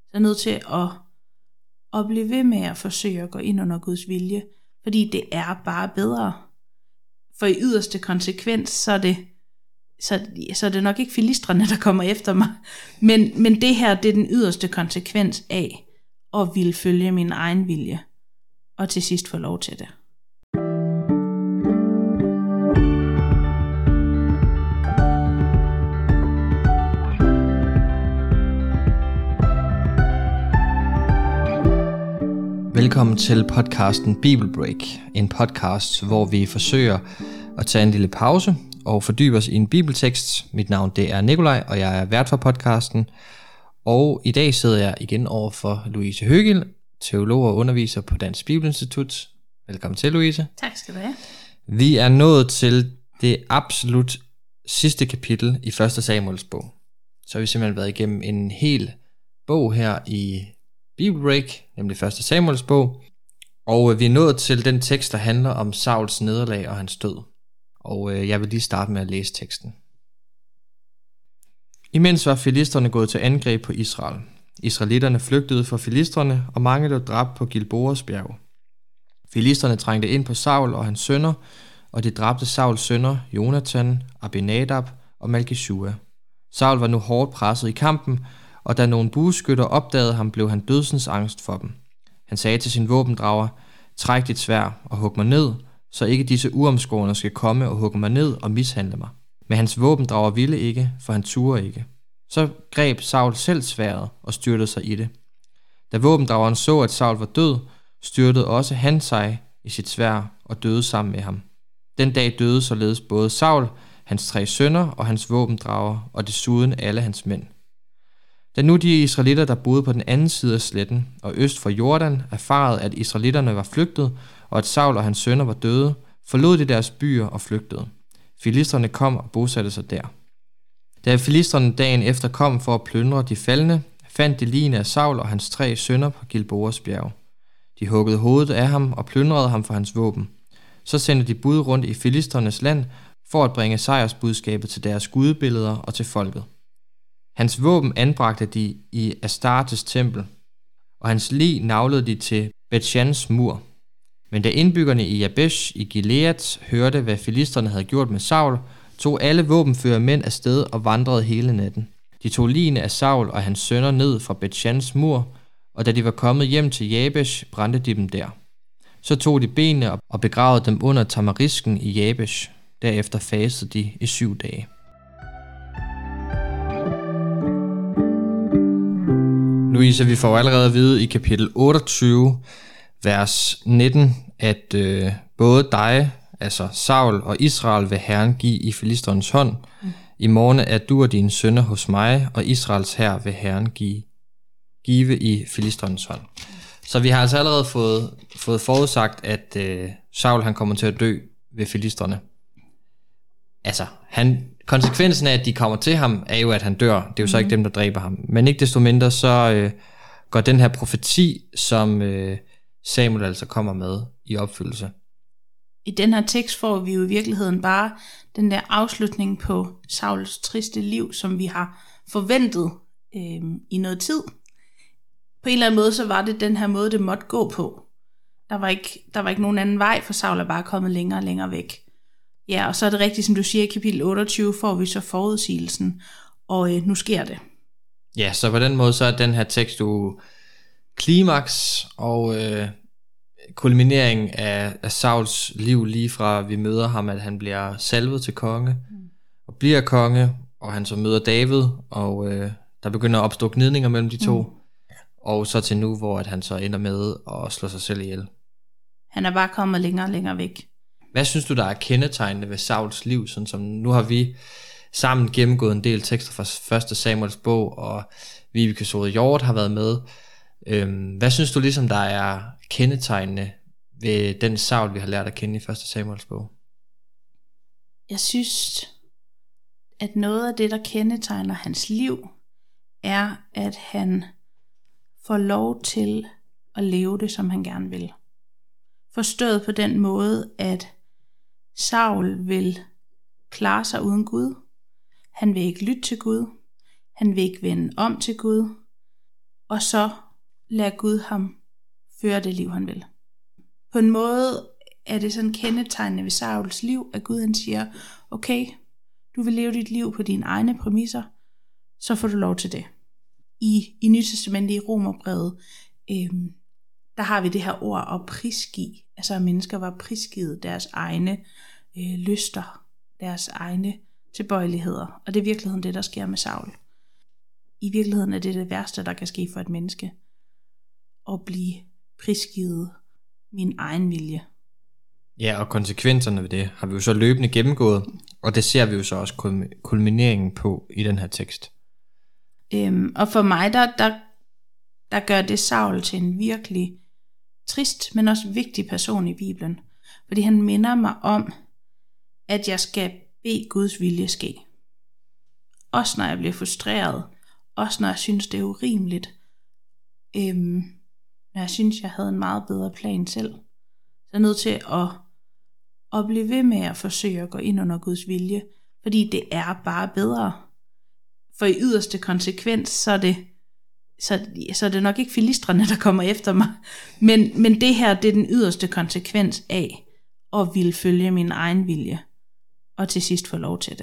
Så er nødt til at blive ved med at forsøge at gå ind under Guds vilje, fordi det er bare bedre. For i yderste konsekvens, så er det nok ikke filistrene, der kommer efter mig, men det her, det er den yderste konsekvens af at ville følge min egen vilje, og til sidst få lov til det. Velkommen til podcasten Bible Break, en podcast, hvor vi forsøger at tage en lille pause og fordybe os i en bibeltekst. Mit navn det er Nikolaj, og jeg er vært for podcasten. Og i dag sidder jeg igen over for Louise Høgild, teolog og underviser på Dansk Bibelinstitut. Velkommen til, Louise. Tak skal du have. Vi er nået til det absolut sidste kapitel i 1. Samuels bog. Så har vi simpelthen været igennem en hel bog her i Bible Break, nemlig 1. Samuels bog, og vi er nået til den tekst, der handler om Sauls nederlag og hans død. Og jeg vil lige starte med at læse teksten. Imens var filisterne gået til angreb på Israel. Israelitterne flygtede fra filistrene, og mange blev dræbt på Gilboas bjerg. Filisterne trængte ind på Saul og hans sønner, og de dræbte Sauls sønner, Jonathan, Abinadab og Malkishua. Saul var nu hårdt presset i kampen, og da nogle bueskytter opdagede ham, blev han dødsens angst for dem. Han sagde til sin våbendrager, træk dit sværd og hug mig ned, så ikke disse uomskårne skal komme og hugge mig ned og mishandle mig. Men hans våbendrager ville ikke, for han turde ikke. Så greb Saul selv sværdet og styrtede sig i det. Da våbendrageren så, at Saul var død, styrtede også han sig i sit sværd og døde sammen med ham. Den dag døde således både Saul, hans 3 sønner og hans våbendrager, og desuden alle hans mænd. Da nu de israelitter, der boede på den anden side af sletten og øst for Jordan, erfarede, at israelitterne var flygtet, og at Saul og hans sønner var døde, forlod de deres byer og flygtede. Filistrene kom og bosatte sig der. Da filistrene dagen efter kom for at plyndre de faldne, fandt de ligene af Saul og hans 3 sønner på Gilboas bjerg. De huggede hovedet af ham og plyndrede ham for hans våben. Så sendte de bud rundt i filistrenes land for at bringe sejrsbudskabet til deres gudebilleder og til folket. Hans våben anbragte de i Astartes tempel, og hans lig naglede de til Bet-Shans mur. Men da indbyggerne i Jabesh i Gilead hørte, hvad filisterne havde gjort med Saul, tog alle våbenførere mænd afsted og vandrede hele natten. De tog ligene af Saul og hans sønner ned fra Bet-Shans mur, og da de var kommet hjem til Jabesh, brændte de dem der. Så tog de benene og begravede dem under tamarisken i Jabesh. Derefter fastede de i 7 dage. Louise, vi får allerede at vide i kapitel 28, vers 19, at både dig, altså Saul og Israel, vil Herren give i filisternes hånd. I morgen er du og dine sønner hos mig, og Israels hær vil Herren give i filisternes hånd. Så vi har altså allerede fået forudsagt, at Saul han kommer til at dø ved filisterne. Altså, konsekvensen af, at de kommer til ham, er jo, at han dør. Det er jo så ikke dem, der dræber ham. Men ikke desto mindre, så går den her profeti, som Samuel altså kommer med, i opfyldelse. I den her tekst får vi jo i virkeligheden bare den der afslutning på Sauls triste liv, som vi har forventet i noget tid. På en eller anden måde, så var det den her måde, det måtte gå på. Der var ikke nogen anden vej, for Saul er bare kommet længere og længere væk. Ja, og så er det rigtigt, som du siger, i kapitel 28 får vi så forudsigelsen, og nu sker det. Ja, så på den måde, så er den her tekst jo klimaks og kulminering af Sauls liv, lige fra vi møder ham, at han bliver salvet til konge, og bliver konge, og han så møder David, og der begynder at opstå gnidninger mellem de to, og så til nu, hvor at han så ender med at slå sig selv ihjel. Han er bare kommet længere og længere væk. Hvad synes du, der er kendetegnende ved Sauls liv? Sådan som nu har vi sammen gennemgået en del tekster fra 1. Samuels bog, og Vibeke Sode Hjort har været med. Hvad synes du ligesom, der er kendetegnende ved den Saul, vi har lært at kende i 1. Samuels bog? Jeg synes, at noget af det, der kendetegner hans liv, er, at han får lov til at leve det, som han gerne vil. Forstået på den måde, at Saul vil klare sig uden Gud. Han vil ikke lytte til Gud. Han vil ikke vende om til Gud. og så lader Gud ham føre det liv, han vil. På en måde er det sådan kendetegnende ved Sauls liv, at Gud han siger, okay, du vil leve dit liv på dine egne præmisser, så får du lov til det. I Nye Testamentet, i Romerbrevet, der har vi det her ord at prisgive. Altså at mennesker var prisgivet deres egne lyster, deres egne tilbøjeligheder. Og det er i virkeligheden det, der sker med Saul. I virkeligheden er det værste, der kan ske for et menneske. At blive prisgivet min egen vilje. Ja, og konsekvenserne ved det har vi jo så løbende gennemgået, og det ser vi jo så også kulmineringen på i den her tekst. Og for mig, der gør det Saul til en virkelig trist, men også vigtig person i Bibelen. Fordi han minder mig om, at jeg skal bede Guds vilje ske. Også når jeg bliver frustreret. Også når jeg synes, det er urimeligt. Når jeg synes, jeg havde en meget bedre plan selv. Så jeg er nødt til at blive ved med at forsøge at gå ind under Guds vilje. Fordi det er bare bedre. For i yderste konsekvens, så er det nok ikke filistrene, der kommer efter mig. Men det her, det er den yderste konsekvens af at ville følge min egen vilje. Og til sidst få lov til det.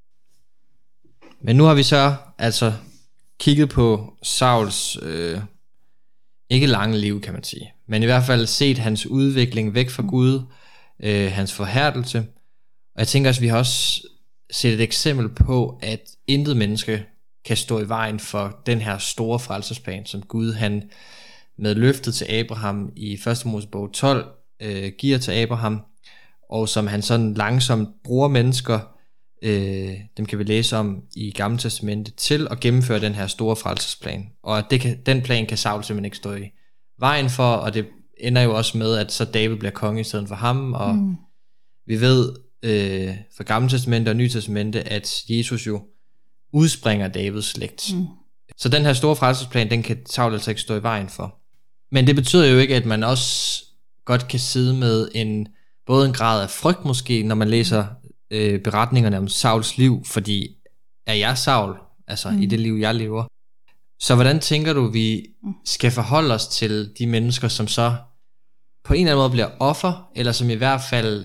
Men nu har vi så altså kigget på Sauls ikke lange liv, kan man sige. Men i hvert fald set hans udvikling væk fra Gud, hans forhærdelse. Og jeg tænker også, vi har også set et eksempel på, at intet menneske kan stå i vejen for den her store frelsesplan, som Gud han med løftet til Abraham i 1. Mosebog 12 giver til Abraham, og som han sådan langsomt bruger mennesker, dem kan vi læse om i Gamle Testamentet, til at gennemføre den her store frelsesplan. Og den plan kan Saul simpelthen ikke stå i vejen for, og det ender jo også med, at så David bliver konge i stedet for ham, og vi ved fra Gamle Testamentet og Nye Testamentet, at Jesus jo udspringer Davids slægt. Så den her store frelsesplan, den kan Saul altså ikke stå i vejen for. Men det betyder jo ikke, at man også godt kan sidde med både en grad af frygt måske, når man læser beretningerne om Sauls liv, fordi er jeg Saul, altså i det liv, jeg lever. Så hvordan tænker du, vi skal forholde os til de mennesker, som så på en eller anden måde bliver offer, eller som i hvert fald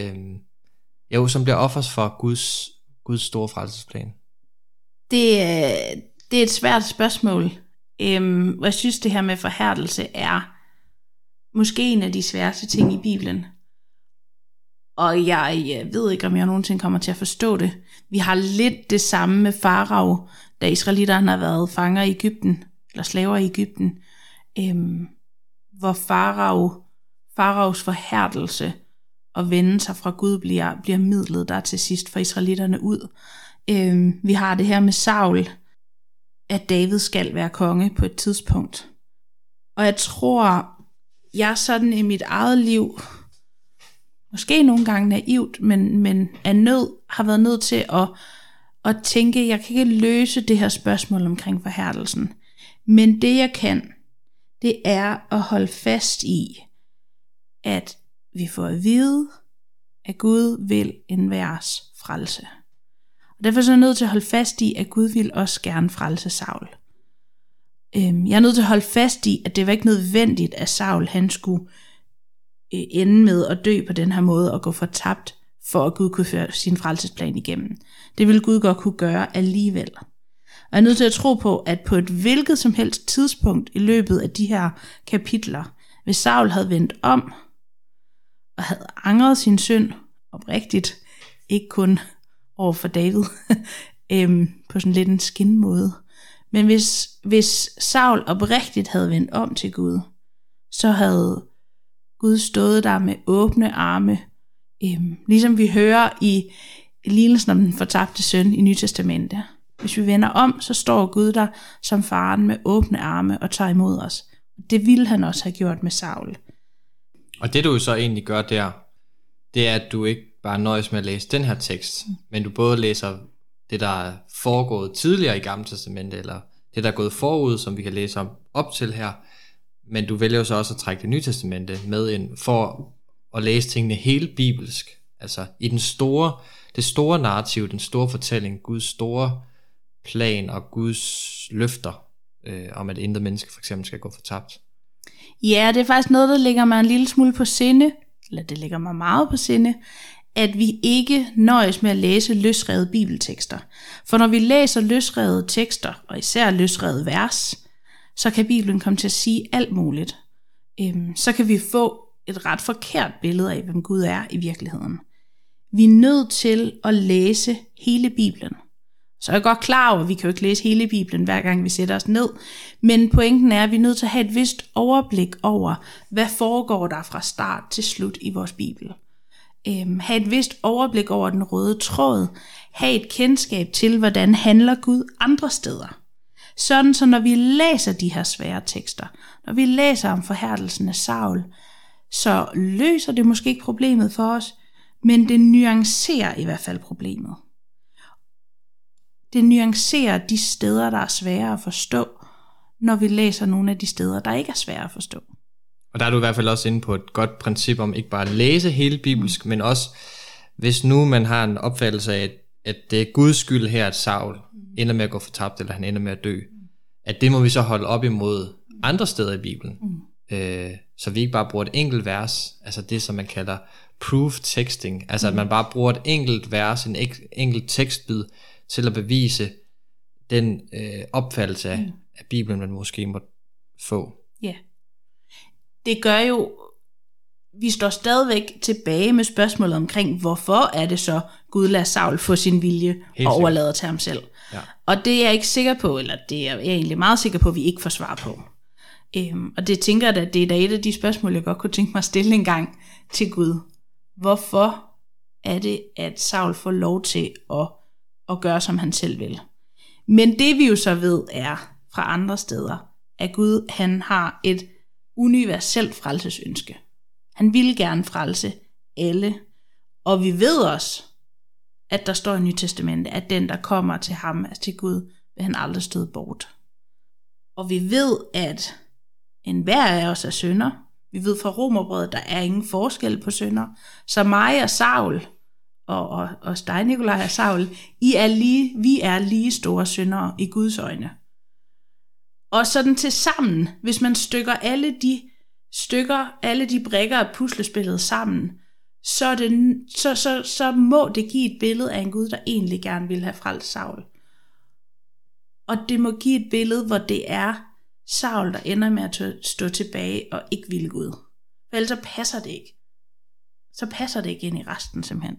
som bliver offers for Guds store frelsesplan? Det er et svært spørgsmål. Jeg synes, det her med forhærdelse er måske en af de sværeste ting i Bibelen. Og jeg ved ikke, om jeg nogensinde kommer til at forstå det. Vi har lidt det samme med Farao, da israelitterne har været fanger i Egypten, eller slaver i Egypten, hvor Faraos forhærdelse og vende sig fra Gud bliver midlet der til sidst for israelitterne ud. Vi har det her med Saul, at David skal være konge på et tidspunkt. Og jeg tror, jeg sådan i mit eget liv, måske nogle gange naivt, men har været nødt til at tænke, jeg kan ikke løse det her spørgsmål omkring forhærdelsen. Men det jeg kan, det er at holde fast i, at vi får at vide, at Gud vil enhvers frelse. Og derfor er jeg nødt til at holde fast i, at Gud vil også gerne frelse Saul. Jeg er nødt til at holde fast i, at det var ikke nødvendigt, at Saul han skulle ende med at dø på den her måde og gå fortabt, for at Gud kunne føre sin frelsesplan igennem. Det ville Gud godt kunne gøre alligevel. Og jeg er nødt til at tro på, at på et hvilket som helst tidspunkt i løbet af de her kapitler, hvis Saul havde vendt om og havde angret sin synd oprigtigt, ikke kun over for David, på sådan lidt en skinmåde. Men hvis Saul oprigtigt havde vendt om til Gud, så havde Gud stået der med åbne arme, ligesom vi hører i lignelsen om den fortabte søn i Nye Testamentet. Hvis vi vender om, så står Gud der som faren med åbne arme og tager imod os. Det ville han også have gjort med Saul. Og det du så egentlig gør der, det er, at du ikke bare nøjes med at læse den her tekst, men du både læser det, der er foregået tidligere i Gamle Testamentet, eller det, der er gået forud, som vi kan læse om op til her, men du vælger jo så også at trække det Nye Testamente med ind, for at læse tingene helt bibelsk, altså i det store narrativ, den store fortælling, Guds store plan og Guds løfter, om at intet menneske for eksempel skal gå fortabt. Ja, det er faktisk noget, der ligger mig en lille smule på sinde, eller det ligger mig meget på sinde, at vi ikke nøjes med at læse løsrevede bibeltekster. For når vi læser løsrevede tekster, og især løsrevede vers, så kan Bibelen komme til at sige alt muligt. Så kan vi få et ret forkert billede af, hvem Gud er i virkeligheden. Vi er nødt til at læse hele Bibelen. Så er jeg godt klar over, at vi kan jo ikke læse hele Bibelen, hver gang vi sætter os ned. Men pointen er, at vi er nødt til at have et vist overblik over, hvad foregår der fra start til slut i vores Bibel. Have et vist overblik over den røde tråd. Have et kendskab til, hvordan handler Gud andre steder. Sådan så når vi læser de her svære tekster, når vi læser om forhærdelsen af Saul, så løser det måske ikke problemet for os, men det nuancerer i hvert fald problemet. Det nuancerer de steder, der er svære at forstå, når vi læser nogle af de steder, der ikke er svære at forstå. Og der er du i hvert fald også inde på et godt princip om ikke bare at læse hele bibelsk, men også hvis nu man har en opfattelse af, at det er Guds skyld her, at Saul ender med at gå fortabt, eller han ender med at dø, at det må vi så holde op imod andre steder i Bibelen. Så vi ikke bare bruger et enkelt vers, altså det som man kalder proof texting, altså at man bare bruger et enkelt vers, en enkelt tekstbid, til at bevise den opfattelse af Bibelen, man måske må få. Ja. Det gør jo, vi står stadigvæk tilbage med spørgsmålet omkring, hvorfor er det så, Gud lader Saul få sin vilje og overlader til ham selv. Ja. Og det er jeg ikke sikker på, eller det er jeg egentlig meget sikker på, at vi ikke får svar på. Og det tænker jeg, at det er da et af de spørgsmål, jeg godt kunne tænke mig at stille en gang til Gud. Hvorfor er det, at Saul får lov til at gøre, som han selv vil? Men det vi jo så ved er fra andre steder, at Gud han har et universelt frelsesønske. Han vil gerne frelse alle. Og vi ved også, at der står i Nye Testamente, at den der kommer til ham, altså til Gud, vil han aldrig støde bort. Og vi ved, at enhver af os er synder. Vi ved fra Romerbrevet, der er ingen forskel på synder. Så mig og Saul, og dig, Nikolaj og Saul, vi er lige store syndere i Guds øjne. Og sådan til sammen, hvis man stykker alle de brikker af puslespillet sammen, så må det give et billede af en Gud, der egentlig gerne vil have frelst Saul. Og det må give et billede, hvor det er Saul, der ender med at stå tilbage og ikke ville Gud. For ellers så passer det ikke. Så passer det ikke ind i resten simpelthen.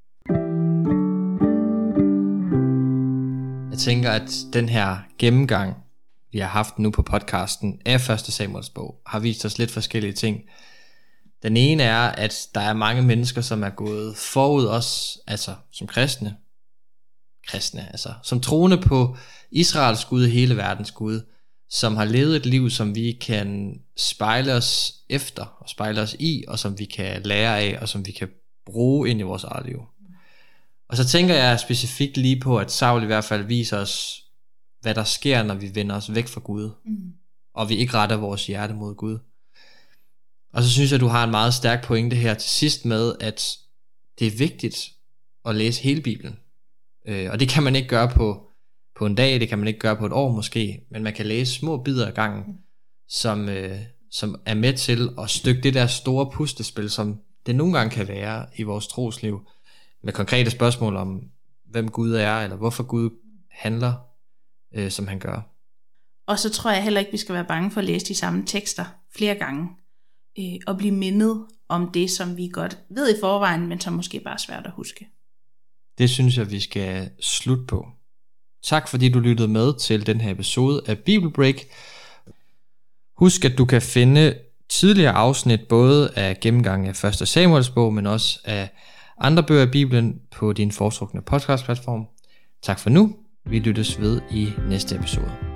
Jeg tænker, at den her gennemgang, vi har haft nu på podcasten af 1. Samuels bog, har vist os lidt forskellige ting. Den ene er, at der er mange mennesker, som er gået forud os, altså som kristne, altså som troende på Israels Gud, hele verdens Gud, som har levet et liv, som vi kan spejle os efter, og spejle os i, og som vi kan lære af, og som vi kan bruge ind i vores eget liv. Og så tænker jeg specifikt lige på, at Saul i hvert fald viser os, hvad der sker, når vi vender os væk fra Gud, og vi ikke retter vores hjerte mod Gud. Og så synes jeg, at du har en meget stærk pointe her til sidst med, at det er vigtigt at læse hele Bibelen. Og det kan man ikke gøre på en dag, det kan man ikke gøre på et år måske, men man kan læse små bidder ad gangen, som er med til at stykke det der store puslespil, som det nogle gange kan være i vores trosliv, med konkrete spørgsmål om, hvem Gud er, eller hvorfor Gud handler, som han gør. Og så tror jeg heller ikke, vi skal være bange for at læse de samme tekster flere gange, og blive mindet om det, som vi godt ved i forvejen, men som måske bare er svært at huske. Det synes jeg, vi skal slutte på. Tak fordi du lyttede med til den her episode af Bibelbreak. Husk, at du kan finde tidligere afsnit både af gennemgangen af 1. Samuels bog, men også af andre bøger af Bibelen på din foretrukne podcastplatform. Tak for nu. Vi lyttes ved i næste episode.